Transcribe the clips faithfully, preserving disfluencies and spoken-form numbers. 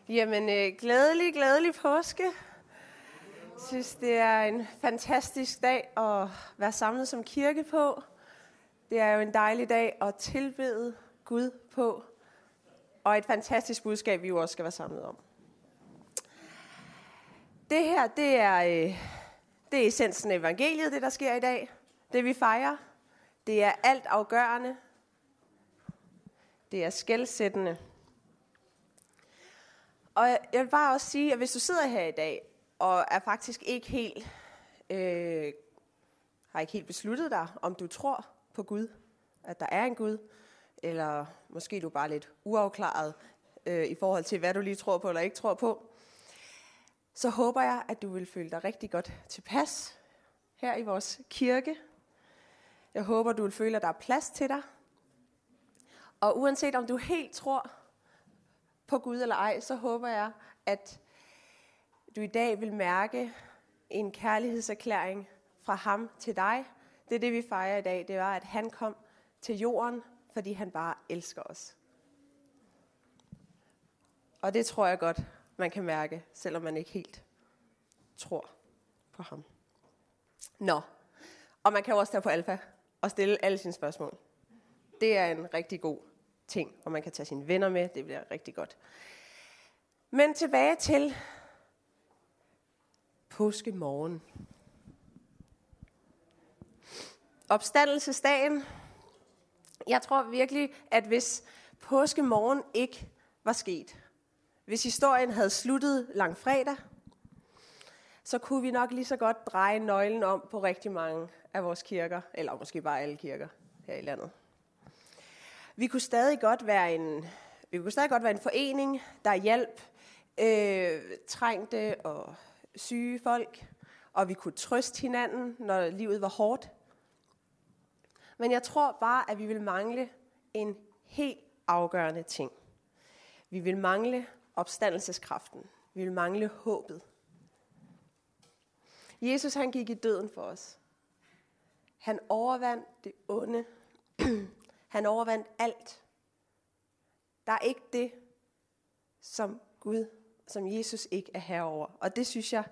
Jamen, øh, glædelig, glædelig påske. Jeg synes, det er en fantastisk dag at være samlet som kirke på. Det er jo en dejlig dag at tilbede Gud på. Og et fantastisk budskab, vi jo også skal være samlet om. Det her, det er, øh, det er essensen af evangeliet, det der sker i dag. Det vi fejrer. Det er alt afgørende. Det er skelsættende. Og jeg vil bare også sige, at hvis du sidder her i dag, og er faktisk ikke helt, øh, har ikke helt besluttet dig, om du tror på Gud, at der er en Gud, eller måske du er bare lidt uafklaret øh, i forhold til, hvad du lige tror på eller ikke tror på, så håber jeg, at du vil føle dig rigtig godt tilpas her i vores kirke. Jeg håber, du vil føle, at der er plads til dig. Og uanset om du helt tror på Gud eller ej, så håber jeg, at du i dag vil mærke en kærlighedserklæring fra ham til dig. Det er det, vi fejrer i dag. Det var, at han kom til jorden, fordi han bare elsker os. Og det tror jeg godt, man kan mærke, selvom man ikke helt tror på ham. Nå, og man kan jo også tage på Alfa og stille alle sine spørgsmål. Det er en rigtig god ting, og man kan tage sine venner med. Det bliver rigtig godt. Men tilbage til påskemorgen. Opstandelsesdagen. Jeg tror virkelig, at hvis påskemorgen ikke var sket, hvis historien havde sluttet langfredag, så kunne vi nok lige så godt dreje nøglen om på rigtig mange af vores kirker, eller måske bare alle kirker her i landet. Vi kunne stadig godt være en, vi kunne stadig godt være en forening, der hjalp øh, trængte og syge folk, og vi kunne trøste hinanden, når livet var hårdt. Men jeg tror bare, at vi vil mangle en helt afgørende ting. Vi vil mangle opstandelseskraften. Vi vil mangle håbet. Jesus, han gik i døden for os. Han overvandt det onde. Han overvandt alt. Der er ikke det, som Gud, som Jesus ikke er herover. Og det synes jeg,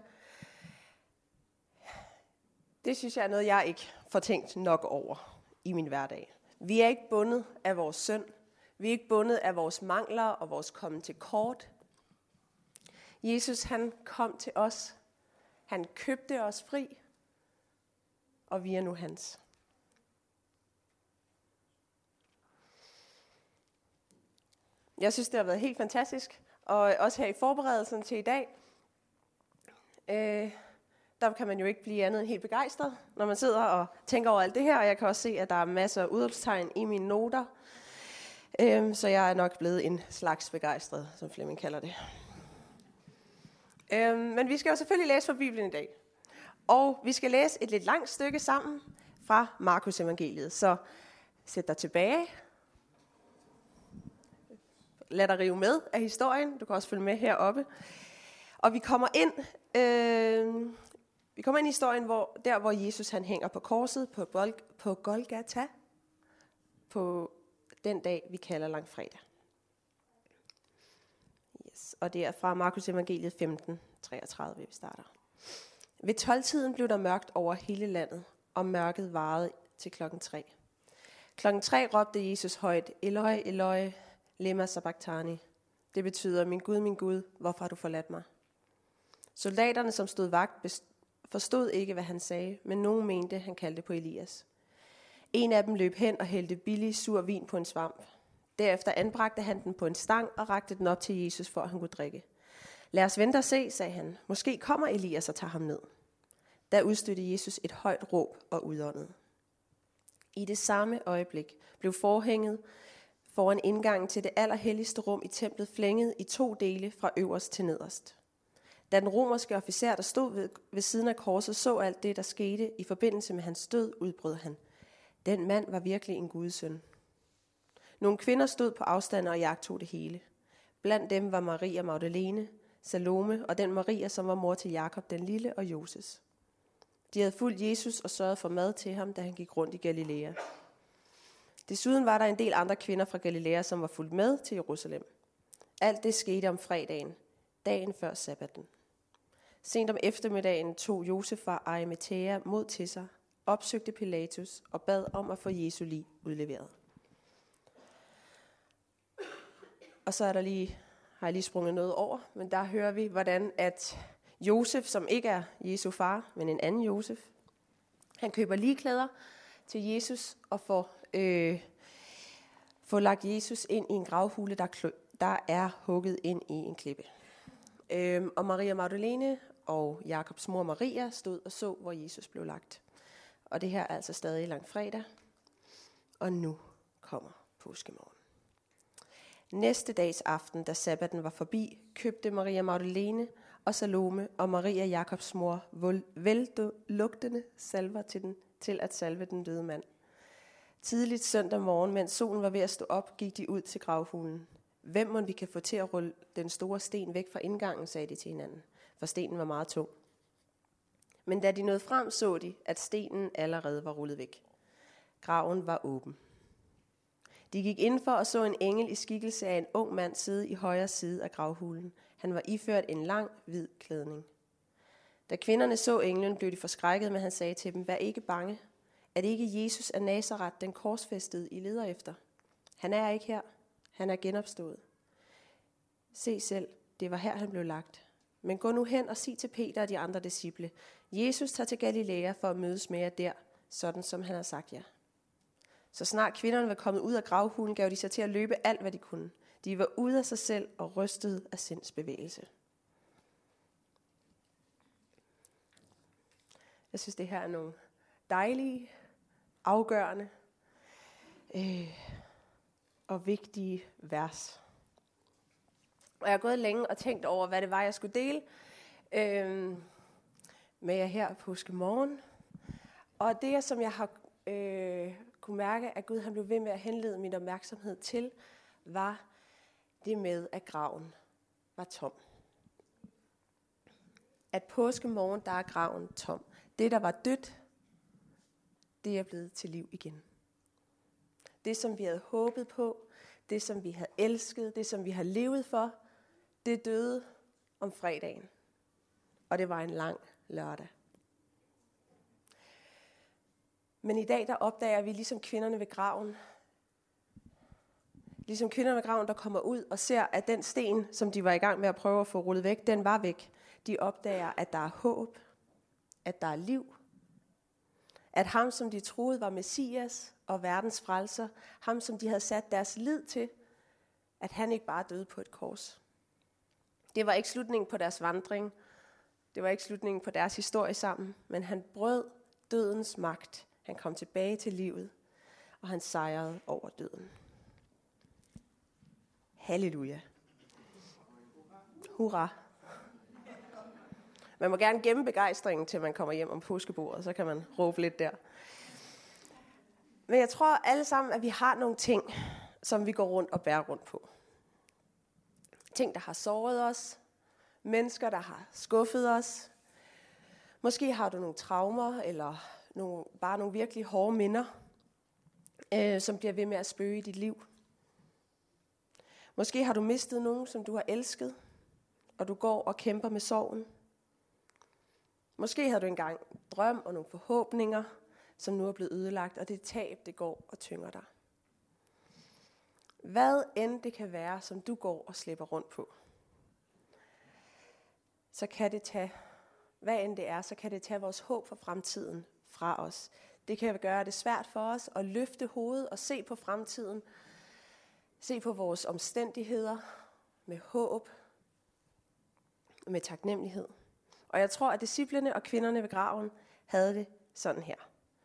det synes jeg er noget, jeg ikke får tænkt nok over i min hverdag. Vi er ikke bundet af vores synd. Vi er ikke bundet af vores mangler og vores komme til kort. Jesus, han kom til os. Han købte os fri. Og vi er nu hans. Jeg synes, det har været helt fantastisk. Og også her i forberedelsen til i dag, øh, der kan man jo ikke blive andet end helt begejstret, når man sidder og tænker over alt det her. Og jeg kan også se, at der er masser af udråbstegn i mine noter. Øh, så jeg er nok blevet en slags begejstret, som Flemming kalder det. Øh, men vi skal jo selvfølgelig læse fra Bibelen i dag. Og vi skal læse et lidt langt stykke sammen fra Markus evangeliet. Så sæt dig tilbage. Lad dig rive med af historien. Du kan også følge med heroppe. Og vi kommer ind, øh, vi kommer ind i historien, hvor, der hvor Jesus han hænger på korset på, Gol- på Golgata, på den dag, vi kalder langfredag. Yes. Og det er fra Markus evangeliet femten treogtredive, vi starter. Ved tolv-tiden blev der mørkt over hele landet, og mørket varede til klokken tre. Klokken tre råbte Jesus højt, Eloi, Eloi, lema sabachthani. Det betyder, min Gud, min Gud, hvorfor har du forladt mig? Soldaterne, som stod vagt, forstod ikke, hvad han sagde, men nogen mente, han kaldte på Elias. En af dem løb hen og hældte billig sur vin på en svamp. Derefter anbragte han den på en stang og rakte den op til Jesus, for at han kunne drikke. Lad os vente og se, sagde han. Måske kommer Elias og tager ham ned. Der udstødte Jesus et højt råb og udåndede. I det samme øjeblik blev forhænget foran indgangen til det allerhelligste rum i templet flænget i to dele fra øverst til nederst. Da den romerske officer, der stod ved, ved siden af korset, så alt det, der skete i forbindelse med hans død, udbrød han. Den mand var virkelig en Guds søn. Nogle kvinder stod på afstand og jagtog det hele. Blandt dem var Maria Magdalene, Salome og den Maria, som var mor til Jakob den lille og Joses. De havde fulgt Jesus og sørget for mad til ham, da han gik rundt i Galilea. Desuden var der en del andre kvinder fra Galilea, som var fulgt med til Jerusalem. Alt det skete om fredagen, dagen før sabbaten. Sent om eftermiddagen tog Josef fra Arimathæa mod til sig, opsøgte Pilatus og bad om at få Jesu lig udleveret. Og så er der lige, har jeg lige sprunget noget over, men der hører vi, hvordan at Josef, som ikke er Jesu far, men en anden Josef, han køber ligklæder til Jesus og får, øh, får lagt Jesus ind i en gravhule, der, klø- der er hugget ind i en klippe. Øh, og Maria Magdalene og Jakobs mor Maria stod og så, hvor Jesus blev lagt. Og det her er altså stadig langfredag, og nu kommer påskemorgen. Næste dags aften, da sabbaten var forbi, købte Maria Magdalene og Salome og Maria Jakobs mor vellugtende salver til, den, til at salve den døde mand. Tidligt søndag morgen, mens solen var ved at stå op, gik de ud til gravhulen. Hvem må vi kan få til at rulle den store sten væk fra indgangen, sagde de til hinanden, for stenen var meget tung. Men da de nåede frem, så de, at stenen allerede var rullet væk. Graven var åben. De gik indenfor og så en engel i skikkelse af en ung mand sidde i højre side af gravhulen. Han var iført en lang, hvid klædning. Da kvinderne så englen, blev de forskrækket, men han sagde til dem, vær ikke bange. Er det ikke Jesus af Nazaret, den korsfæstede, I leder efter? Han er ikke her. Han er genopstået. Se selv, det var her, han blev lagt. Men gå nu hen og sig til Peter og de andre disciple. Jesus tager til Galilea for at mødes med jer der, sådan som han har sagt jer. Så snart kvinderne var kommet ud af gravhulen, gav de sig til at løbe alt, hvad de kunne. De var ude af sig selv og rystede af sindsbevægelse. Jeg synes, det her er nogle dejlige, afgørende øh, og vigtige vers. Og jeg har gået længe og tænkt over, hvad det var, jeg skulle dele øh, med jer her på påskemorgen. Og det, som jeg har øh, kunne mærke, at Gud han blev ved med at henlede min opmærksomhed til, var det med, at graven var tom. At påskemorgen, der er graven tom. Det, der var dødt, det er blevet til liv igen. Det, som vi havde håbet på, det, som vi havde elsket, det, som vi har levet for, det døde om fredagen. Og det var en lang lørdag. Men i dag, der opdager vi, ligesom kvinderne ved graven, ligesom kvinderne ved graven, der kommer ud og ser, at den sten, som de var i gang med at prøve at få rullet væk, den var væk. De opdager, at der er håb, at der er liv, at ham, som de troede var Messias og verdens frelser, ham, som de havde sat deres lid til, at han ikke bare døde på et kors. Det var ikke slutningen på deres vandring, det var ikke slutningen på deres historie sammen, men han brød dødens magt. Han kom tilbage til livet, og han sejrede over døden. Halleluja. Hurra. Man må gerne gemme begejstringen, til man kommer hjem om påskebordet, så kan man råbe lidt der. Men jeg tror alle sammen, at vi har nogle ting, som vi går rundt og bærer rundt på. Ting, der har såret os. Mennesker, der har skuffet os. Måske har du nogle traumer, eller nogle, bare nogle virkelig hårde minder, øh, som bliver ved med at spøge i dit liv. Måske har du mistet nogen, som du har elsket, og du går og kæmper med sorgen. Måske har du engang drøm og nogle forhåbninger, som nu er blevet ødelagt, og det tab, det går og tynger dig. Hvad end det kan være, som du går og slipper rundt på, så kan det tage, hvad end det er, så kan det tage vores håb for fremtiden fra os. Det kan gøre det svært for os at løfte hovedet og se på fremtiden, se på vores omstændigheder med håb, med taknemmelighed. Og jeg tror, at disciplene og kvinderne ved graven havde det sådan her.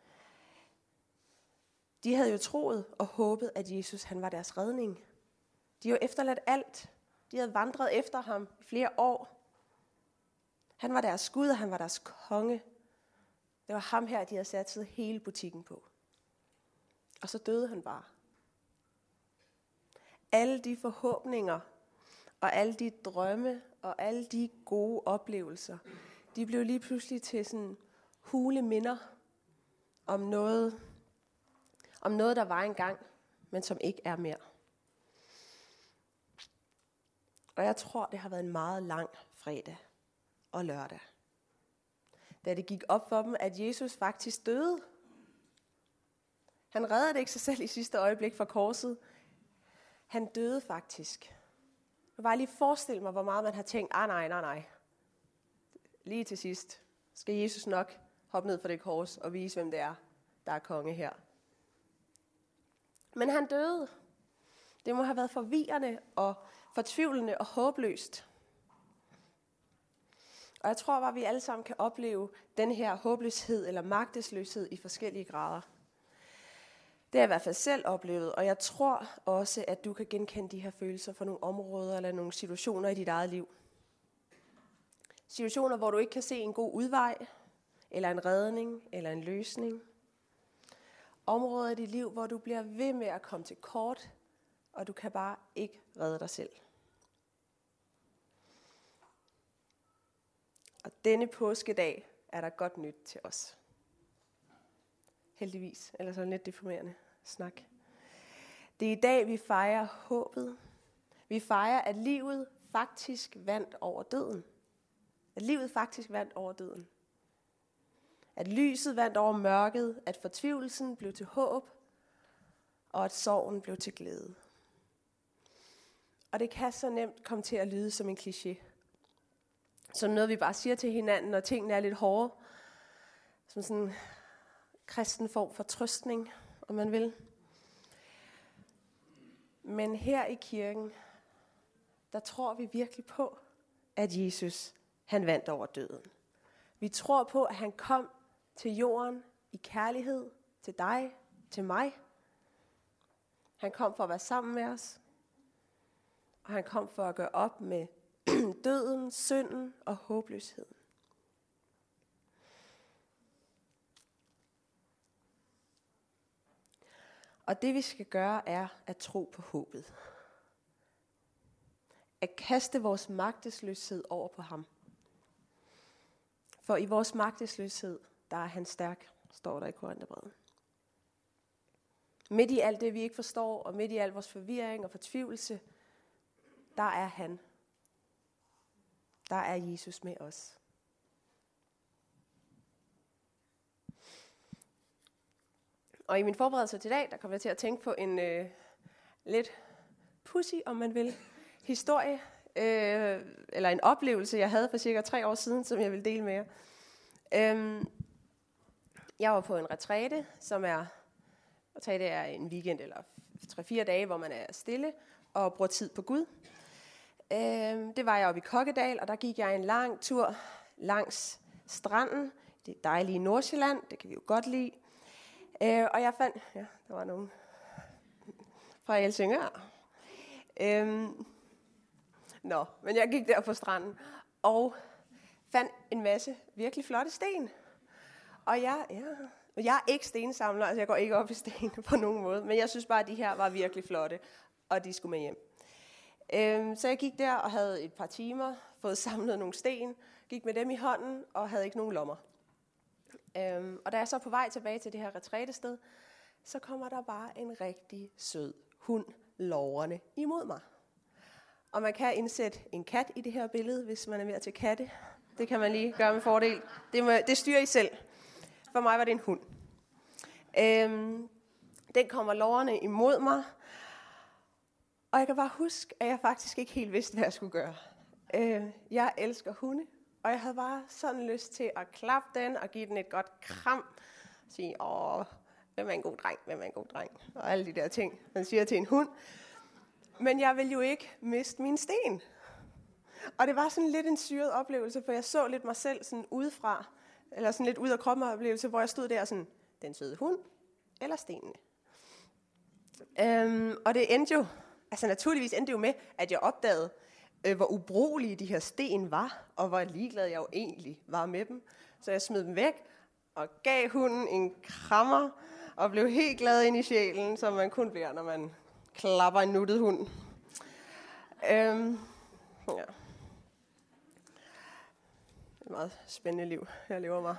De havde jo troet og håbet, at Jesus han var deres redning. De havde jo efterladt alt. De havde vandret efter ham i flere år. Han var deres Gud, og han var deres konge. Det var ham her, de havde sat hele butikken på. Og så døde han bare. Alle de forhåbninger, og alle de drømme, og alle de gode oplevelser, de blev lige pludselig til sådan hule minder om noget, om noget, der var engang, men som ikke er mere. Og jeg tror, det har været en meget lang fredag og lørdag. Da det gik op for dem, at Jesus faktisk døde. Han reddede ikke sig selv i sidste øjeblik fra korset. Han døde faktisk. Jeg vil bare lige forestille mig, hvor meget man har tænkt, ah nej, nej, nej. Lige til sidst skal Jesus nok hoppe ned fra det kors og vise, hvem det er, der er konge her. Men han døde. Det må have været forvirrende og fortvivlende og håbløst. Og jeg tror bare, at vi alle sammen kan opleve den her håbløshed eller magtesløshed i forskellige grader. Det har jeg i hvert fald selv oplevet, og jeg tror også, at du kan genkende de her følelser for nogle områder eller nogle situationer i dit eget liv. Situationer, hvor du ikke kan se en god udvej, eller en redning, eller en løsning. Områder i dit liv, hvor du bliver ved med at komme til kort, og du kan bare ikke redde dig selv. Og denne påskedag er der godt nyt til os. Heldigvis, ellers er det lidt deformerende snak. Det er i dag, vi fejrer håbet. Vi fejrer, at livet faktisk vandt over døden. At livet faktisk vandt over døden. At lyset vandt over mørket, at fortvivlelsen blev til håb, og at sorgen blev til glæde. Og det kan så nemt komme til at lyde som en kliché. Som noget, vi bare siger til hinanden, når tingene er lidt hårde. Som sådan en kristen form for trøstning, om man vil. Men her i kirken, der tror vi virkelig på, at Jesus, han vandt over døden. Vi tror på, at han kom til jorden i kærlighed til dig, til mig. Han kom for at være sammen med os. Og han kom for at gøre op med døden, synden og håbløsheden. Og det vi skal gøre er at tro på håbet. At kaste vores magtesløshed over på ham. For i vores magtesløshed, der er han stærk, står der i Korintherbrevet. Midt i alt det, vi ikke forstår, og midt i al vores forvirring og fortvivlelse, der er han. Der er Jesus med os. Og i min forberedelse til i dag, der kom jeg til at tænke på en øh, lidt pussy, om man vil, historie, øh, eller en oplevelse, jeg havde for cirka tre år siden, som jeg vil dele med jer. Øhm, jeg var på en retræte, som er, retræte er en weekend eller tre-fire dage, hvor man er stille og bruger tid på Gud. Øhm, det var jeg oppe i Kokkedal, og der gik jeg en lang tur langs stranden. Det er dejlige Nordsjælland, det kan vi jo godt lide. Øh, og jeg fandt, ja, der var nogen fra Helsingør. Øhm, nå, men jeg gik der på stranden og fandt en masse virkelig flotte sten. Og jeg, ja, jeg er ikke stensamler, altså jeg går ikke op i sten på nogen måde, men jeg synes bare, at de her var virkelig flotte, og de skulle med hjem. Øhm, så jeg gik der og havde et par timer, fået samlet nogle sten, gik med dem i hånden og havde ikke nogen lommer. Øhm, og da jeg så er på vej tilbage til det her retrætested, så kommer der bare en rigtig sød hund lårende imod mig. Og man kan indsætte en kat i det her billede, hvis man er mere til katte. Det kan man lige gøre med fordel. Det, må, det styrer I selv. For mig var det en hund. Øhm, den kommer lårende imod mig. Og jeg kan bare huske, at jeg faktisk ikke helt vidste, hvad jeg skulle gøre. Øh, jeg elsker hunde. Og jeg havde bare sådan lyst til at klappe den og give den et godt kram. Sige, åh, hvem er en god dreng, hvem er en god dreng. Og alle de der ting, man siger til en hund. Men jeg ville jo ikke miste min sten. Og det var sådan lidt en syret oplevelse, for jeg så lidt mig selv sådan udefra, eller sådan lidt ud af kroppen oplevelse, hvor jeg stod der sådan, den søde hund eller stenene. Øhm, og det endte jo, altså naturligvis endte det jo med, at jeg opdagede, øh, hvor ubrugelige de her sten var, og hvor ligeglad jeg jo egentlig var med dem. Så jeg smed dem væk, og gav hunden en krammer, og blev helt glad ind i sjælen, som man kun bliver, når man klapper en nuttet hund. Øhm, ja. Det er et meget spændende liv, jeg lever mig.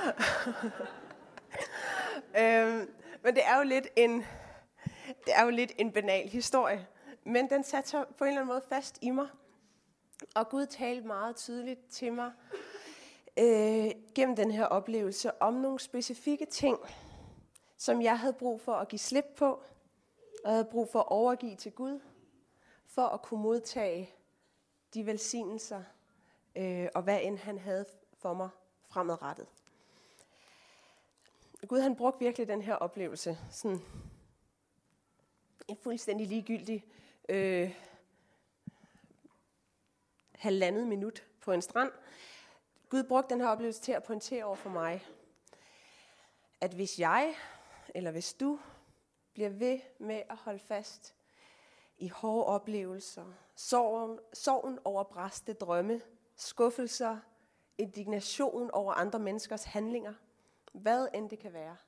øhm, men det er jo lidt en, det er jo lidt en banal historie, men den satte sig på en eller anden måde fast i mig. Og Gud talte meget tydeligt til mig øh, gennem den her oplevelse om nogle specifikke ting, som jeg havde brug for at give slip på, og havde brug for at overgive til Gud, for at kunne modtage de velsignelser, øh, og hvad end han havde for mig fremadrettet. Gud han brugte virkelig den her oplevelse, sådan en fuldstændig ligegyldig øh, halvandet minut på en strand. Gud brugte den her oplevelse til at pointere over for mig, at hvis jeg, eller hvis du, bliver ved med at holde fast i hårde oplevelser, sorgen, sorgen over bræste drømme, skuffelser, indignation over andre menneskers handlinger, hvad end det kan være,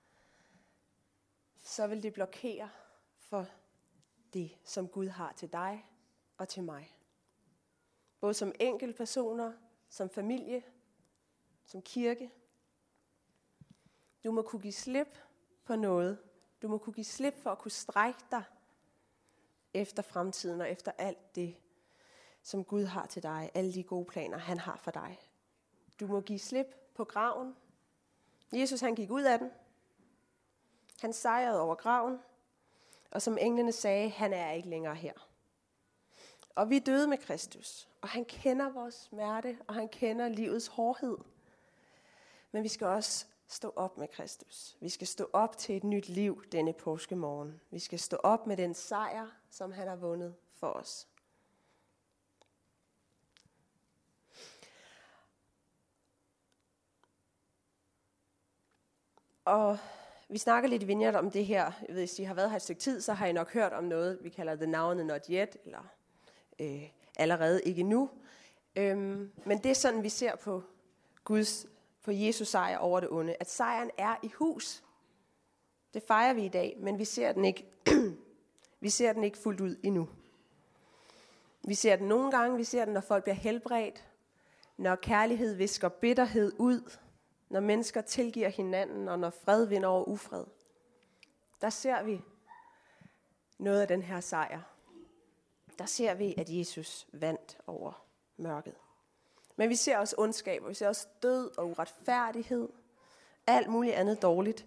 så vil det blokere for det, som Gud har til dig og til mig. Både som enkeltpersoner, som familie, som kirke. Du må kunne give slip på noget. Du må kunne give slip for at kunne strække dig efter fremtiden og efter alt det, som Gud har til dig. Alle de gode planer, han har for dig. Du må give slip på graven. Jesus han gik ud af den. Han sejrede over graven. Og som englene sagde, han er ikke længere her. Og vi er døde med Kristus. Og han kender vores smerte, og han kender livets hårdhed. Men vi skal også stå op med Kristus. Vi skal stå op til et nyt liv denne påskemorgen. Vi skal stå op med den sejr, som han har vundet for os. Og vi snakker lidt i Vineyard om det her. Hvis I har været her et stykke tid, så har I nok hørt om noget, vi kalder the now and not yet, eller øh, allerede ikke nu. Øhm, men det er sådan, vi ser på Guds, på Jesus sejr over det onde. At sejren er i hus. Det fejrer vi i dag, men vi ser den ikke, vi ser den ikke fuldt ud endnu. Vi ser den nogle gange, vi ser den, når folk bliver helbredt, når kærlighed visker bitterhed ud, når mennesker tilgiver hinanden, og når fred vinder over ufred. Der ser vi noget af den her sejr. Der ser vi, at Jesus vandt over mørket. Men vi ser også ondskab, og vi ser også død og uretfærdighed. Alt muligt andet dårligt.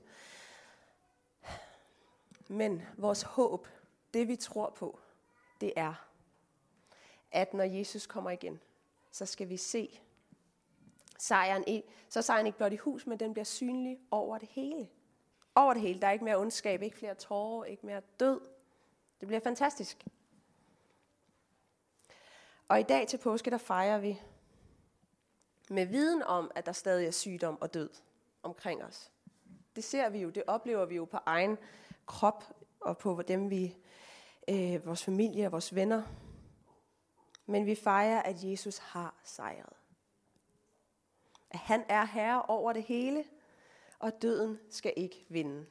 Men vores håb, det vi tror på, det er, at når Jesus kommer igen, så skal vi se sejren. Så er sejren ikke blot i hus, men den bliver synlig over det hele. Over det hele. Der er ikke mere ondskab, ikke flere tårer, ikke mere død. Det bliver fantastisk. Og i dag til påske, der fejrer vi med viden om, at der stadig er sygdom og død omkring os. Det ser vi jo, det oplever vi jo på egen krop og på dem vi, øh, vores familie og vores venner. Men vi fejrer, at Jesus har sejret. At han er herre over det hele, og døden skal ikke vinde.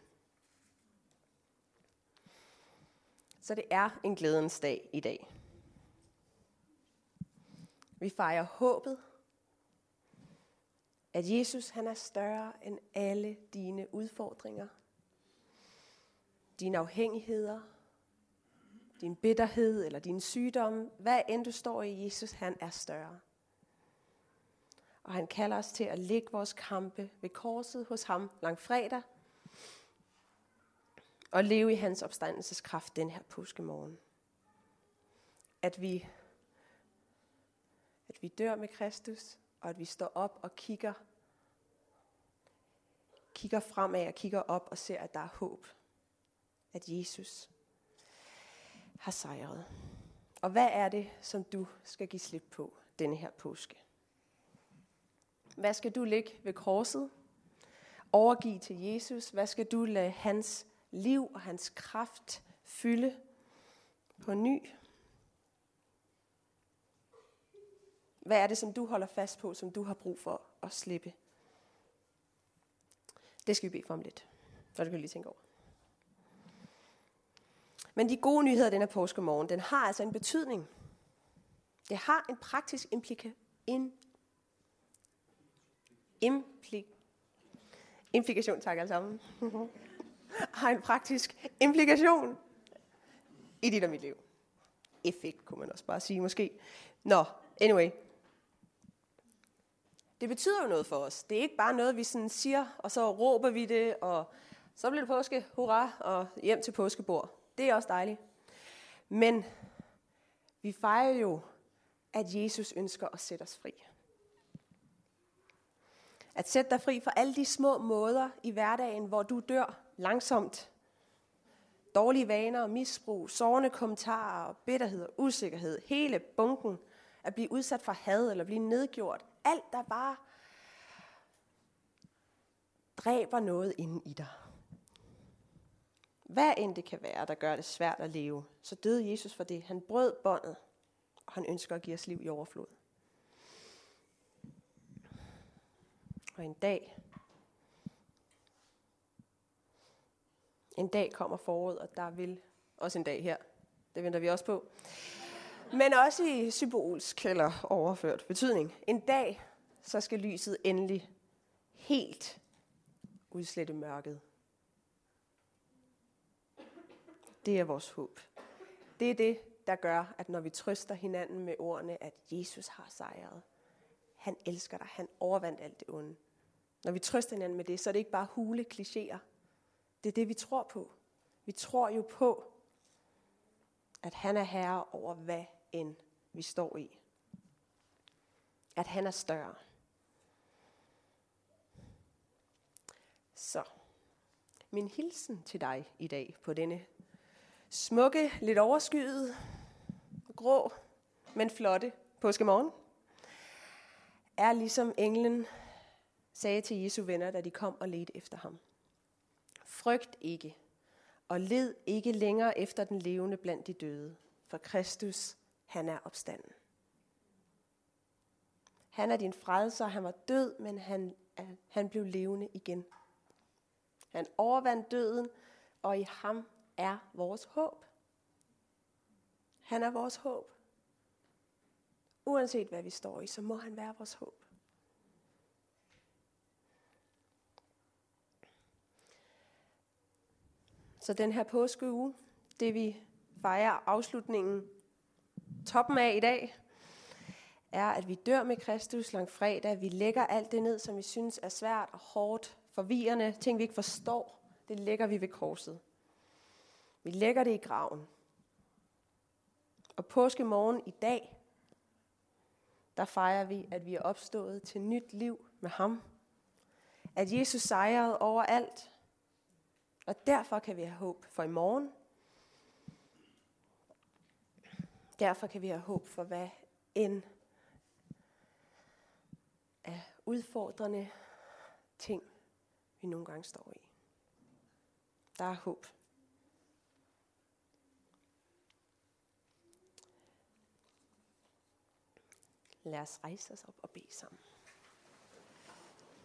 Så det er en glædens dag i dag. Vi fejrer håbet, at Jesus han er større end alle dine udfordringer, dine afhængigheder, din bitterhed eller din sygdom. Hvad end du står i, Jesus han er større. Og han kalder os til at lægge vores kampe ved korset hos ham langfredag, og leve i hans opstandelseskraft den her påskemorgen. At vi, at vi dør med Kristus, og at vi står op og kigger, kigger fremad og kigger op og ser, at der er håb. At Jesus har sejret. Og hvad er det, som du skal give slip på denne her påske? Hvad skal du lægge ved korset? Overgive til Jesus? Hvad skal du lade hans liv og hans kraft fylde på ny? Hvad er det, som du holder fast på, som du har brug for at slippe? Det skal vi bede for om lidt. Så det kan du lige tænke over. Men de gode nyheder denne påskemorgen, den har altså en betydning. Det har en praktisk implika- in- impli- implikation, tak alle sammen. har en praktisk implikation i dit og mit liv. Effekt, kunne man også bare sige måske. Nå, Anyway. Det betyder jo noget for os. Det er ikke bare noget, vi sådan siger, og så råber vi det, og så bliver det påske, hurra, og hjem til påskebord. Det er også dejligt. Men vi fejrer jo, at Jesus ønsker at sætte os fri. At sætte dig fri fra alle de små måder i hverdagen, hvor du dør langsomt. Dårlige vaner, misbrug, sårende kommentarer, bitterhed og usikkerhed. Hele bunken at blive udsat for had eller blive nedgjort. Alt, der bare dræber noget inde i dig. Hvad end det kan være, der gør det svært at leve, så døde Jesus for det. Han brød båndet, og han ønsker at give os liv i overflod. Og en dag, en dag kommer foråret, og der vil også en dag her. Det venter vi også på. Men også i symbolsk eller overført betydning. En dag, så skal lyset endelig helt udslette mørket. Det er vores håb. Det er det, der gør, at når vi trøster hinanden med ordene, at Jesus har sejret. Han elsker dig. Han overvandt alt det onde. Når vi trøster hinanden med det, så er det ikke bare hule klichéer. Det er det, vi tror på. Vi tror jo på, at han er herre over hvad end vi står i. At han er større. Så, min hilsen til dig i dag på denne smukke, lidt overskyede, grå, men flotte påskemorgen, er ligesom englen sagde til Jesu venner, da de kom og ledte efter ham. Frygt ikke, og led ikke længere efter den levende blandt de døde, for Kristus, han er opstanden. Han er din frelser, han var død, men han, han blev levende igen. Han overvandt døden, og i ham er vores håb. Han er vores håb. Uanset hvad vi står i, så må han være vores håb. Så den her påskeuge, det vi fejrer afslutningen, toppen af i dag, er, at vi dør med Kristus langfredag. Vi lægger alt det ned, som vi synes er svært og hårdt, forvirrende, ting vi ikke forstår. Det lægger vi ved korset. Vi lægger det i graven. Og påskemorgen i dag, der fejrer vi, at vi er opstået til nyt liv med ham. At Jesus sejrede over alt. Og derfor kan vi have håb for i morgen. Derfor kan vi have håb for hvad end af udfordrende ting, vi nogle gange står i. Der er håb. Lad os rejse os op og bede sammen.